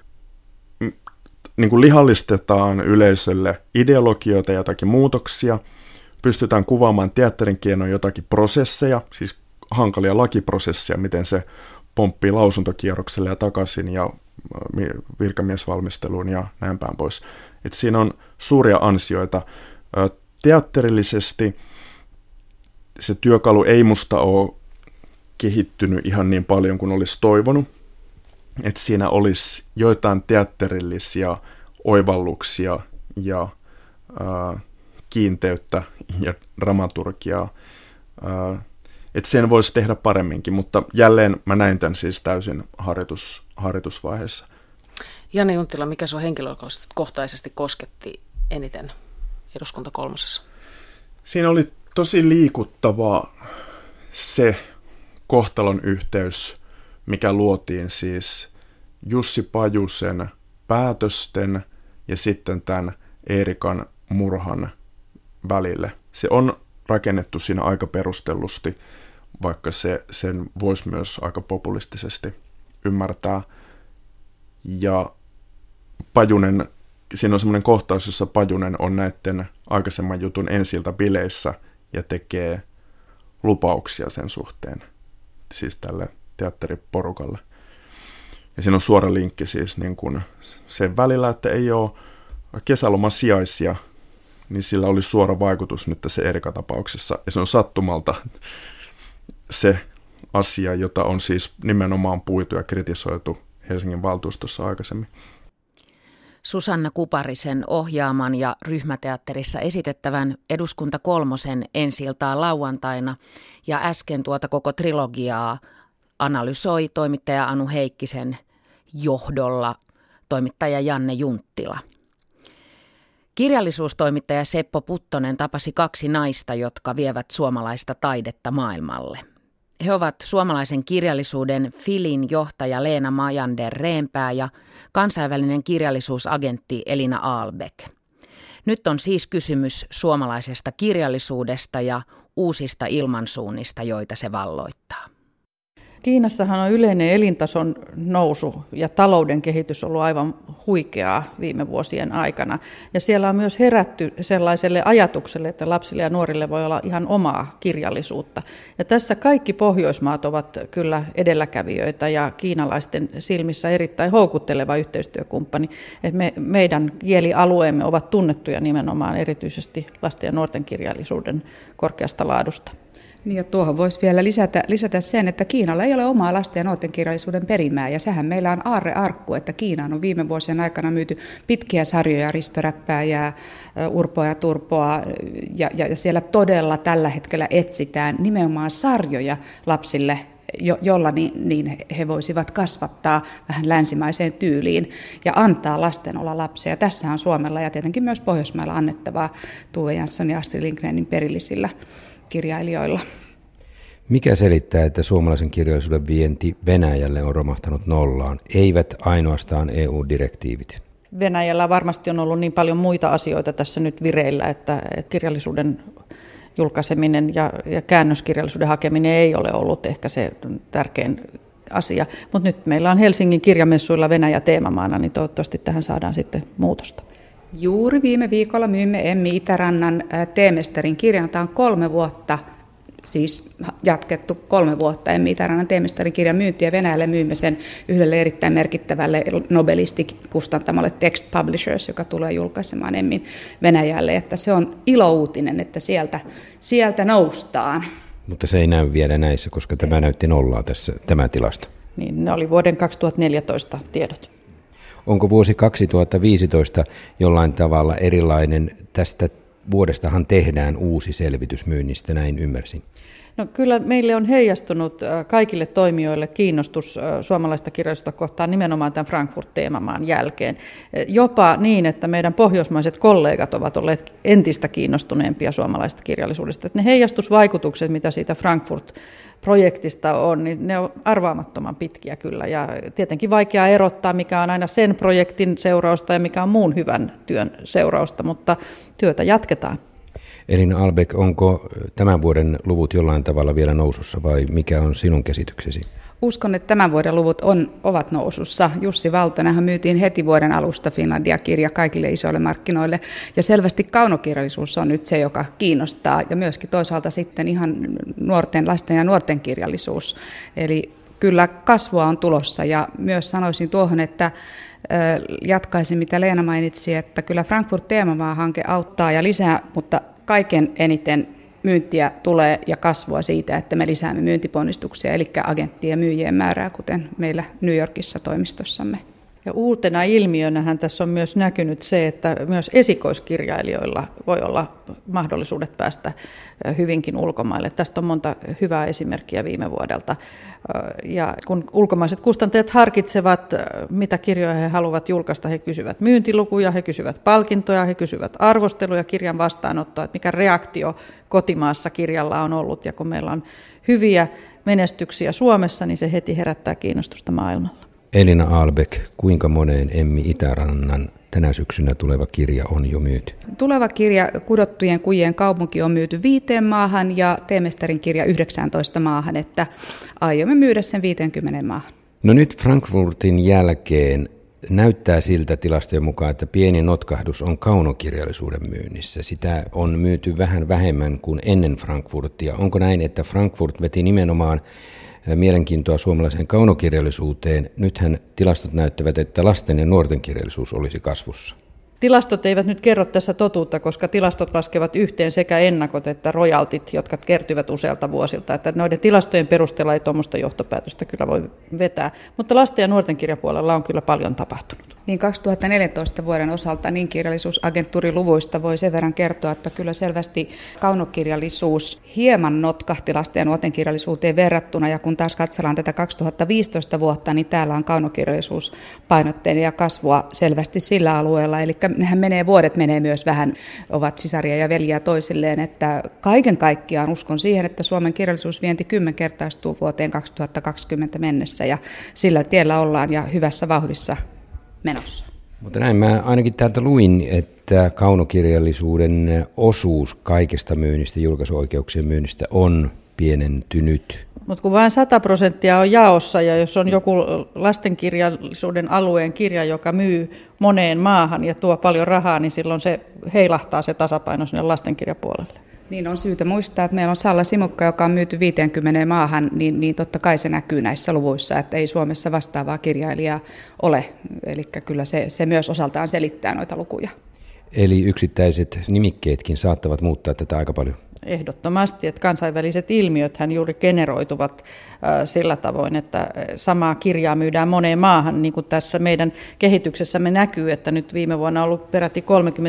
Niin kuin lihallistetaan yleisölle ideologioita ja jotakin muutoksia, pystytään kuvaamaan teatterin keinoin jotakin prosesseja, siis hankalia lakiprosesseja, miten se pomppii lausuntokierrokselle ja takaisin ja virkamiesvalmisteluun ja näin päin pois. Et siinä on suuria ansioita. Teatterillisesti se työkalu ei musta ole kehittynyt ihan niin paljon kuin olisi toivonut. Että siinä olisi joitain teatterillisia oivalluksia ja kiinteyttä ja dramaturgiaa. Että sen voisi tehdä paremminkin, mutta jälleen mä näin tämän siis täysin harjoitusvaiheessa. Janne Junttila, mikä sinua henkilökohtaisesti kosketti eniten Eduskunta kolmosessa? Siinä oli tosi liikuttava se kohtalon yhteys, mikä luotiin siis Jussi Pajusen päätösten ja sitten tämän Eerikan murhan välille. Se on rakennettu siinä aika perustellusti, vaikka sen voisi myös aika populistisesti ymmärtää. Ja Pajunen, siinä on semmoinen kohtaus, jossa Pajunen on näiden aikaisemman jutun ensi-iltabileissä ja tekee lupauksia sen suhteen, siis tälle teatteriporukalle. Ja siinä on suora linkki siis niin kuin sen välillä, että ei ole kesälomasijaisia niin sillä oli suora vaikutus nyt tässä Erika-tapauksessa. Ja se on sattumalta se asia, jota on siis nimenomaan puitu ja kritisoitu Helsingin valtuustossa aikaisemmin. Susanna Kuparisen ohjaaman ja ryhmäteatterissa esitettävän Eduskunta kolmosen ensi-iltaa lauantaina ja äsken tuota koko trilogiaa analysoi toimittaja Anu Heikkisen johdolla toimittaja Janne Junttila. Kirjallisuustoimittaja Seppo Puttonen tapasi 2 naista, jotka vievät suomalaista taidetta maailmalle. He ovat suomalaisen kirjallisuuden Filin johtaja Leena Majander-Reenpää ja kansainvälinen kirjallisuusagentti Elina Aalbeck. Nyt on siis kysymys suomalaisesta kirjallisuudesta ja uusista ilmansuunnista, joita se valloittaa. Kiinassahan on yleinen elintason nousu ja talouden kehitys ollut aivan huikeaa viime vuosien aikana. Ja siellä on myös herätty sellaiselle ajatukselle, että lapsille ja nuorille voi olla ihan omaa kirjallisuutta. Ja tässä kaikki Pohjoismaat ovat kyllä edelläkävijöitä ja kiinalaisten silmissä erittäin houkutteleva yhteistyökumppani. Meidän kielialueemme ovat tunnettuja nimenomaan erityisesti lasten ja nuorten kirjallisuuden korkeasta laadusta. Niin ja tuohon voisi vielä lisätä sen, että Kiinalla ei ole omaa lasten ja nuorten kirjallisuuden perimää, ja sehän meillä on aarrearkku, että Kiinaan on viime vuosien aikana myyty pitkiä sarjoja, Risto Räppääjää, Urpoa ja Turpoa, ja siellä todella tällä hetkellä etsitään nimenomaan sarjoja lapsille, jolla niin he voisivat kasvattaa vähän länsimaiseen tyyliin ja antaa lasten olla lapsia. Tässä on Suomella ja tietenkin myös Pohjoismailla annettavaa Tove Jansson ja Astrid Lindgrenin perillisillä kirjailijoilla. Mikä selittää, että suomalaisen kirjallisuuden vienti Venäjälle on romahtanut nollaan, eivät ainoastaan EU-direktiivit? Venäjällä varmasti on ollut niin paljon muita asioita tässä nyt vireillä, että kirjallisuuden julkaiseminen ja käännöskirjallisuuden hakeminen ei ole ollut ehkä se tärkein asia. Mutta nyt meillä on Helsingin kirjamessuilla Venäjä teemamaana, niin toivottavasti tähän saadaan sitten muutosta. Juuri viime viikolla myimme Emmi Itärannan teemestarin kirjan. Tämä on 3 vuotta, siis jatkettu 3 vuotta Emmi Itärannan teemestarin kirjan myyntiä. Venäjälle myimme sen yhdelle erittäin merkittävälle nobelisti-kustantamalle Text Publishers, joka tulee julkaisemaan Emmin Venäjälle. Että se on ilouutinen, että sieltä noustaan. Mutta se ei näy vielä näissä, koska tämä näytti nollaa tässä, tämä tilasto. Niin, ne oli vuoden 2014 tiedot. Onko vuosi 2015 jollain tavalla erilainen? Tästä vuodestahan tehdään uusi selvitys myynnistä, näin ymmärsin. No kyllä meille on heijastunut kaikille toimijoille kiinnostus suomalaista kirjallisuutta kohtaan nimenomaan tämän Frankfurt-teemamaan jälkeen. Jopa niin, että meidän pohjoismaiset kollegat ovat olleet entistä kiinnostuneempia suomalaisesta kirjallisuudesta. Että ne heijastusvaikutukset, mitä siitä Frankfurt-projektista on, niin ne on arvaamattoman pitkiä kyllä. Ja tietenkin vaikea erottaa, mikä on aina sen projektin seurausta ja mikä on muun hyvän työn seurausta, mutta työtä jatketaan. Elina Aalbeck, onko tämän vuoden luvut jollain tavalla vielä nousussa vai mikä on sinun käsityksesi? Uskon, että tämän vuoden luvut ovat nousussa. Jussi Valtonenhan myytiin heti vuoden alusta Finlandia-kirja kaikille isoille markkinoille. Ja selvästi kaunokirjallisuus on nyt se, joka kiinnostaa. Ja myöskin toisaalta sitten ihan lasten ja nuorten kirjallisuus. Eli kyllä kasvua on tulossa. Ja myös sanoisin tuohon, että jatkaisin mitä Leena mainitsi, että kyllä Frankfurt-teemamaa-hanke auttaa ja lisää, mutta kaiken eniten myyntiä tulee ja kasvua siitä, että me lisäämme myyntiponnistuksia, eli agenttien ja myyjien määrää, kuten meillä New Yorkissa toimistossamme. Ja uutena ilmiönähän tässä on myös näkynyt se, että myös esikoiskirjailijoilla voi olla mahdollisuudet päästä hyvinkin ulkomaille. Tästä on monta hyvää esimerkkiä viime vuodelta. Ja kun ulkomaiset kustantajat harkitsevat, mitä kirjoja he haluavat julkaista, he kysyvät myyntilukuja, he kysyvät palkintoja, he kysyvät arvosteluja, kirjan vastaanottoa, että mikä reaktio kotimaassa kirjalla on ollut. Ja kun meillä on hyviä menestyksiä Suomessa, niin se heti herättää kiinnostusta maailmalla. Elina Aalbeck, kuinka moneen Emmi Itärannan tänä syksynä tuleva kirja on jo myyty? Tuleva kirja Kudottujen kujien kaupunki on myyty 5 maahan ja teemestarin kirja 19 maahan, että aiomme myydä sen 50 maahan. No nyt Frankfurtin jälkeen näyttää siltä tilastojen mukaan, että pieni notkahdus on kaunokirjallisuuden myynnissä. Sitä on myyty vähän vähemmän kuin ennen Frankfurtia. Onko näin, että Frankfurt veti nimenomaan mielenkiintoa suomalaiseen kaunokirjallisuuteen? Nythän tilastot näyttävät, että lasten ja nuorten kirjallisuus olisi kasvussa. Tilastot eivät nyt kerro tässä totuutta, koska tilastot laskevat yhteen sekä ennakot että rojaltit, jotka kertyvät usealta vuosilta. Että noiden tilastojen perusteella ei tuommoista johtopäätöstä kyllä voi vetää. Mutta lasten ja nuorten kirjapuolella on kyllä paljon tapahtunut. Niin 2014 vuoden osalta niin kirjallisuusagentuuriluvuista voi sen verran kertoa, että kyllä selvästi kaunokirjallisuus hieman notkahti lasten ja nuorten kirjallisuuteen verrattuna. Ja kun taas katsellaan tätä 2015 vuotta, niin täällä on kaunokirjallisuuspainotteinen ja kasvua selvästi sillä alueella. Eli vuodet menee myös vähän, ovat sisaria ja veljiä toisilleen, että kaiken kaikkiaan uskon siihen, että Suomen kirjallisuusvienti 10-kertaistuu vuoteen 2020 mennessä ja sillä tiellä ollaan ja hyvässä vauhdissa menossa. Mutta näin mä ainakin täältä luin, että kaunokirjallisuuden osuus kaikesta myynnistä, julkaisuoikeuksien myynnistä on pienentynyt. Mutta kun vain 100% on jaossa ja jos on joku lastenkirjallisuuden alueen kirja, joka myy moneen maahan ja tuo paljon rahaa, niin silloin se heilahtaa se tasapaino sinne lastenkirjapuolelle. Niin on syytä muistaa, että meillä on Salla Simukka, joka on myyty 50 maahan, niin totta kai se näkyy näissä luvuissa, että ei Suomessa vastaavaa kirjailijaa ole. Eli kyllä se myös osaltaan selittää noita lukuja. Eli yksittäiset nimikkeetkin saattavat muuttaa tätä aika paljon. Ehdottomasti, että kansainväliset ilmiöthän juuri generoituvat sillä tavoin, että samaa kirjaa myydään moneen maahan, niin kuin tässä meidän kehityksessämme näkyy, että nyt viime vuonna on ollut peräti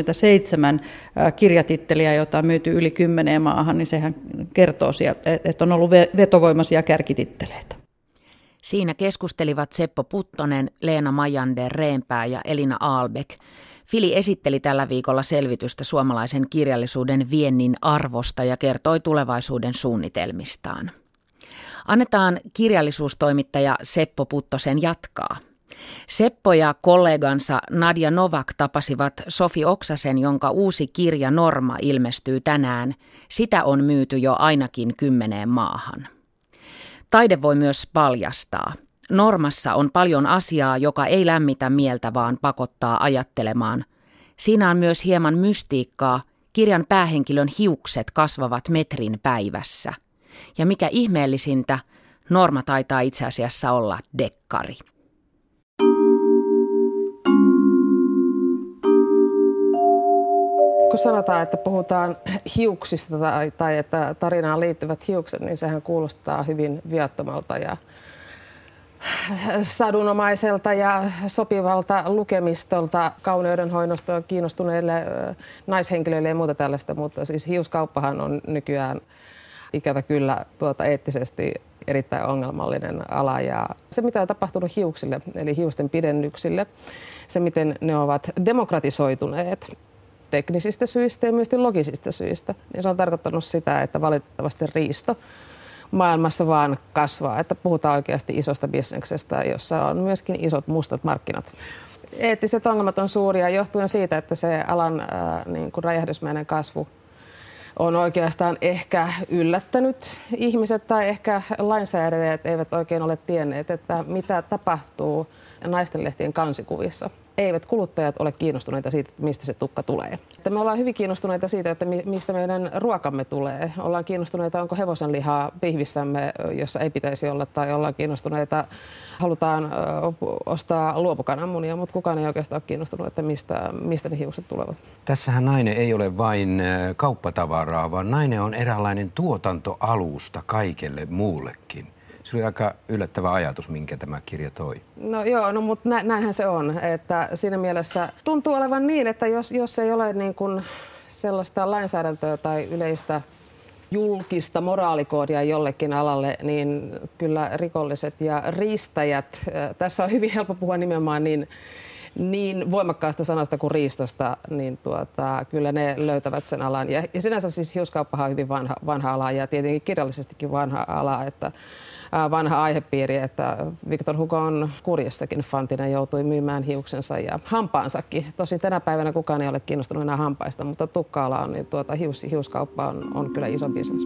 37 kirjatitteliä, joita on myyty yli 10 maahan, niin sehän kertoo sieltä, että on ollut vetovoimaisia kärkititteleitä. Siinä keskustelivat Seppo Puttonen, Leena Majander-Reenpää ja Elina Aalbeck. Fili esitteli tällä viikolla selvitystä suomalaisen kirjallisuuden viennin arvosta ja kertoi tulevaisuuden suunnitelmistaan. Annetaan kirjallisuustoimittaja Seppo Puttosen jatkaa. Seppo ja kollegansa Nadia Novak tapasivat Sofi Oksasen, jonka uusi kirja Norma ilmestyy tänään. Sitä on myyty jo ainakin 10 maahan. Taide voi myös paljastaa. Normassa on paljon asiaa, joka ei lämmitä mieltä, vaan pakottaa ajattelemaan. Siinä on myös hieman mystiikkaa. Kirjan päähenkilön hiukset kasvavat metrin päivässä. Ja mikä ihmeellisintä, Norma taitaa itse asiassa olla dekkari. Kun sanotaan, että puhutaan hiuksista tai että tarinaan liittyvät hiukset, niin sehän kuulostaa hyvin viattomalta ja sadunomaiselta ja sopivalta lukemistolta kauneudenhoidosta kiinnostuneille naishenkilöille ja muuta tällaista, mutta siis hiuskauppahan on nykyään ikävä kyllä eettisesti erittäin ongelmallinen ala ja se mitä on tapahtunut hiuksille eli hiusten pidennyksille, se miten ne ovat demokratisoituneet teknisistä syistä ja myös logisista syistä, niin se on tarkoittanut sitä, että valitettavasti riisto maailmassa vaan kasvaa, että puhutaan oikeasti isosta bisneksestä, jossa on myöskin isot mustat markkinat. Eettiset ongelmat on suuria johtuen siitä, että se alan niin kuin räjähdysmäinen kasvu on oikeastaan ehkä yllättänyt ihmiset tai ehkä lainsäädäjät eivät oikein ole tienneet, että mitä tapahtuu naistenlehtien kansikuvissa. Eivät kuluttajat ole kiinnostuneita siitä, mistä se tukka tulee. Me ollaan hyvin kiinnostuneita siitä, että mistä meidän ruokamme tulee. Ollaan kiinnostuneita, onko hevosenlihaa pihvissämme, jossa ei pitäisi olla, tai ollaan kiinnostuneita, halutaan ostaa luopukananmunia, mutta kukaan ei oikeastaan ole kiinnostunut, että mistä ne hiukset tulevat. Tässähän nainen ei ole vain kauppatavaraa, vaan nainen on eräänlainen tuotantoalusta kaikelle muullekin. Se oli aika yllättävä ajatus, minkä tämä kirja toi. No joo, mutta näinhän se on. Että siinä mielessä tuntuu olevan niin, että jos ei ole niin kuin sellaista lainsäädäntöä tai yleistä julkista moraalikoodia jollekin alalle, niin kyllä rikolliset ja riistäjät, tässä on hyvin helppo puhua nimenomaan niin voimakkaasta sanasta kuin riistosta, niin kyllä ne löytävät sen alan. Ja sinänsä siis hiuskauppahan on hyvin vanha ala ja tietenkin kirjallisestikin vanha ala, että vanha aihepiiri, että Victor Hugon Kurjessakin Fantinen joutui myymään hiuksensa ja hampaansakin. Tosin tänä päivänä kukaan ei ole kiinnostunut enää hampaista, mutta tukka-ala on, niin hiuskauppa on kyllä iso bisnes.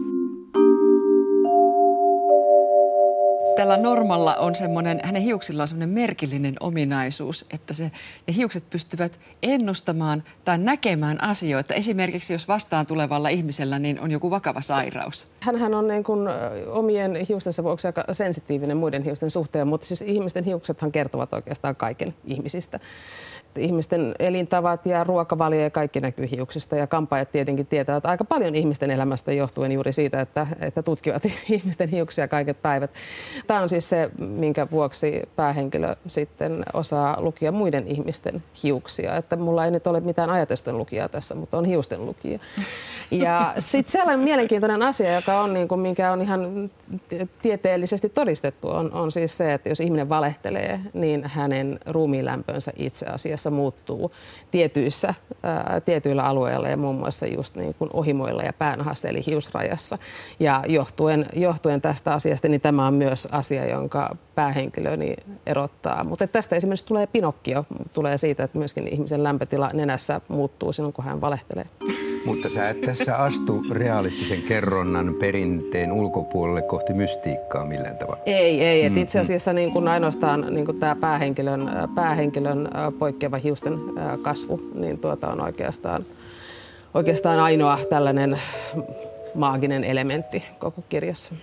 Tällä Normalla on hänen hiuksilla on semmoinen merkillinen ominaisuus, että ne hiukset pystyvät ennustamaan tai näkemään asioita. Esimerkiksi jos vastaan tulevalla ihmisellä niin on joku vakava sairaus. Hänhän on niin kuin omien hiustensa vuoksi aika sensitiivinen muiden hiusten suhteen, mutta siis ihmisten hiuksethan kertovat oikeastaan kaiken ihmisistä. Ihmisten elintavat ja ruokavalio ja kaikki näkyy hiuksista, ja kampaajat tietenkin tietävät aika paljon ihmisten elämästä johtuen juuri siitä, että tutkivat ihmisten hiuksia kaiket päivät. Tämä on siis se, minkä vuoksi päähenkilö sitten osaa lukia muiden ihmisten hiuksia. Että mulla ei nyt ole mitään ajatusten lukijaa tässä, mutta on hiusten lukija. Ja sitten sellainen mielenkiintoinen asia, joka on, niin kuin, minkä on ihan tieteellisesti todistettu, on siis se, että jos ihminen valehtelee, niin hänen ruumiinlämpönsä itse asiassa muuttuu tietyillä alueilla ja muun muassa just niin kuin ohimoilla ja päänahassa eli hiusrajassa. Ja johtuen tästä asiasta, niin tämä on myös asia, jonka päähenkilöni erottaa. Mutta tästä esimerkiksi tulee Pinokkio, tulee siitä, että myöskin ihmisen lämpötila nenässä muuttuu silloin, kun hän valehtelee. Mutta sä et tässä astu realistisen kerronnan perinteen ulkopuolelle kohti mystiikkaa millään tavalla. Ei. Et itse asiassa niin kun ainoastaan niin tämä päähenkilön poikkeava hiusten kasvu niin on oikeastaan ainoa tällainen maaginen elementti koko kirjassa.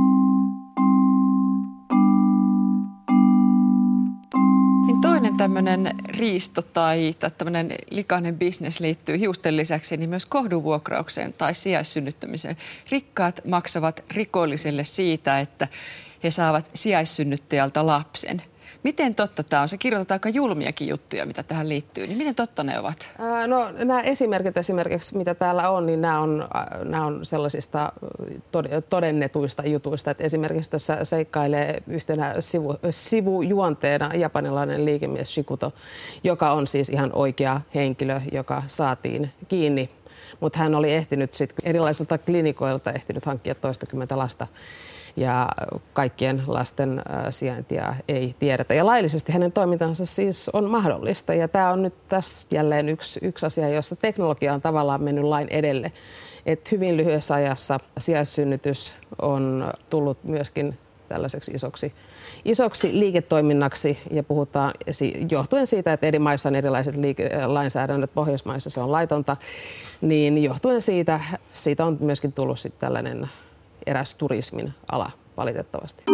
Toinen tämmöinen riisto tai tämmöinen likainen bisnes liittyy hiusten lisäksi niin myös kohdunvuokraukseen tai sijaissynnyttämiseen. Rikkaat maksavat rikolliselle siitä, että he saavat sijaissynnyttäjältä lapsen. Miten totta tämä on? Se kirjoitetaan aika julmiakin juttuja, mitä tähän liittyy. Niin miten totta ne ovat? No nämä esimerkit esimerkiksi, mitä täällä on, niin nämä on sellaisista todennetuista jutuista. Että esimerkiksi tässä seikkailee yhtenä sivujuonteena japanilainen liikemies Shikuto, joka on siis ihan oikea henkilö, joka saatiin kiinni. Mutta hän oli ehtinyt sitten erilaisilta klinikoilta hankkia toistakymmentä lasta. Ja kaikkien lasten sijaintia ei tiedetä. Ja laillisesti hänen toimintansa siis on mahdollista. Ja tämä on nyt tässä jälleen yksi asia, jossa teknologia on tavallaan mennyt lain edelle. Et hyvin lyhyessä ajassa sijaissynnytys on tullut myöskin tällaiseksi isoksi liiketoiminnaksi. Ja puhutaan johtuen siitä, että eri maissa on erilaiset lainsäädännöt, Pohjoismaissa se on laitonta, niin johtuen siitä on myöskin tullut sitten tällainen eräs turismin ala valitettavasti.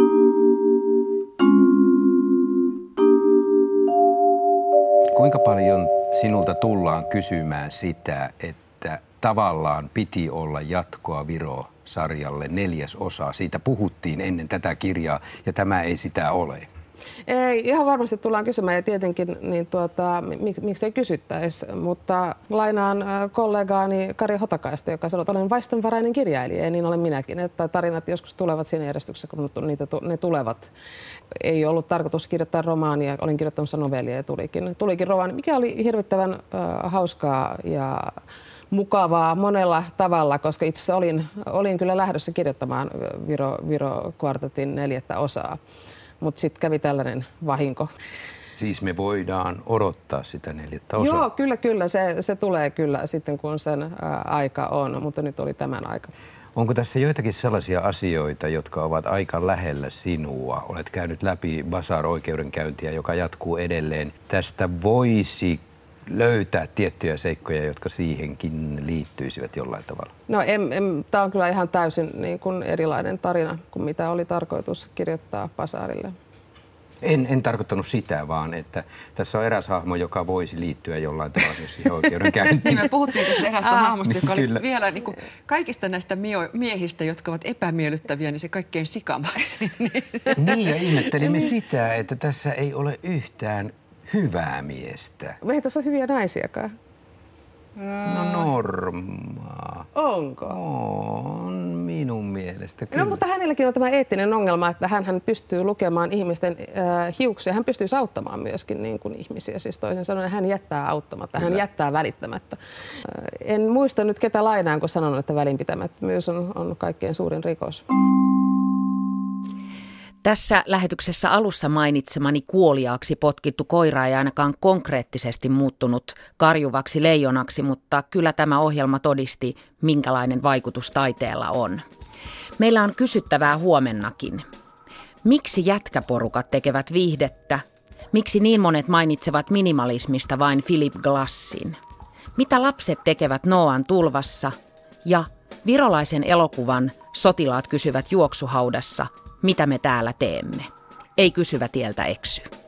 Kuinka paljon sinulta tullaan kysymään sitä, että tavallaan piti olla jatkoa Viro-sarjalle 4. osa? Siitä puhuttiin ennen tätä kirjaa ja tämä ei sitä ole. Ei, ihan varmasti tullaan kysymään ja tietenkin niin miksei kysyttäisi, mutta lainaan kollegaani Kari Hotakaista, joka sanoi, että olen vaistonvarainen kirjailija ja niin olen minäkin, että tarinat joskus tulevat siinä järjestyksessä, kun ne tulevat. Ei ollut tarkoitus kirjoittaa romaania, olin kirjoittamassa novellia ja tulikin romaani, mikä oli hirvittävän hauskaa ja mukavaa monella tavalla, koska itse asiassa olin kyllä lähdössä kirjoittamaan Viro-kvartetin 4. osaa. Mutta sitten kävi tällainen vahinko. Siis me voidaan odottaa sitä 4. osaa? Joo, kyllä. Se tulee kyllä sitten, kun sen aika on, mutta nyt oli tämän aika. Onko tässä joitakin sellaisia asioita, jotka ovat aika lähellä sinua? Olet käynyt läpi Basar-oikeudenkäyntiä, joka jatkuu edelleen. Tästä voisi löytää tiettyjä seikkoja, jotka siihenkin liittyisivät jollain tavalla? No tämä on kyllä ihan täysin niin kuin erilainen tarina kuin mitä oli tarkoitus kirjoittaa Basarille. En tarkoittanut sitä, vaan että tässä on eräs hahmo, joka voisi liittyä jollain tavalla myös siihen oikeudenkäyntiin. Niin me puhuttiin tästä erästä hahmosta, joka oli vielä niin kuin kaikista näistä miehistä, jotka ovat epämiellyttäviä, niin se kaikkein sikamaisin. Niin, ja ihmettelimme sitä, että tässä ei ole yhtään hyvää miestä. Ei tässä ole hyviä naisiakaan. No Norma. Onko? On minun mielestä kyllä. No mutta hänelläkin on tämä eettinen ongelma, että hän pystyy lukemaan ihmisten hiuksia. Hän pystyy auttamaan myöskin niin kuin ihmisiä. Siis toisin sanoen hän jättää auttamatta, hän jättää välittämättä. En muista nyt ketä lainaan, kun sanon, että välinpitämättömyys on kaikkein suurin rikos. Tässä lähetyksessä alussa mainitsemani kuoliaaksi potkittu koira ei ainakaan konkreettisesti muuttunut karjuvaksi leijonaksi, mutta kyllä tämä ohjelma todisti, minkälainen vaikutus taiteella on. Meillä on kysyttävää huomennakin. Miksi jätkäporukat tekevät viihdettä? Miksi niin monet mainitsevat minimalismista vain Philip Glassin? Mitä lapset tekevät Noan tulvassa? Ja Virolaisen elokuvan Sotilaat kysyvät juoksuhaudassa, mitä me täällä teemme. Ei kysyvä tieltä eksy.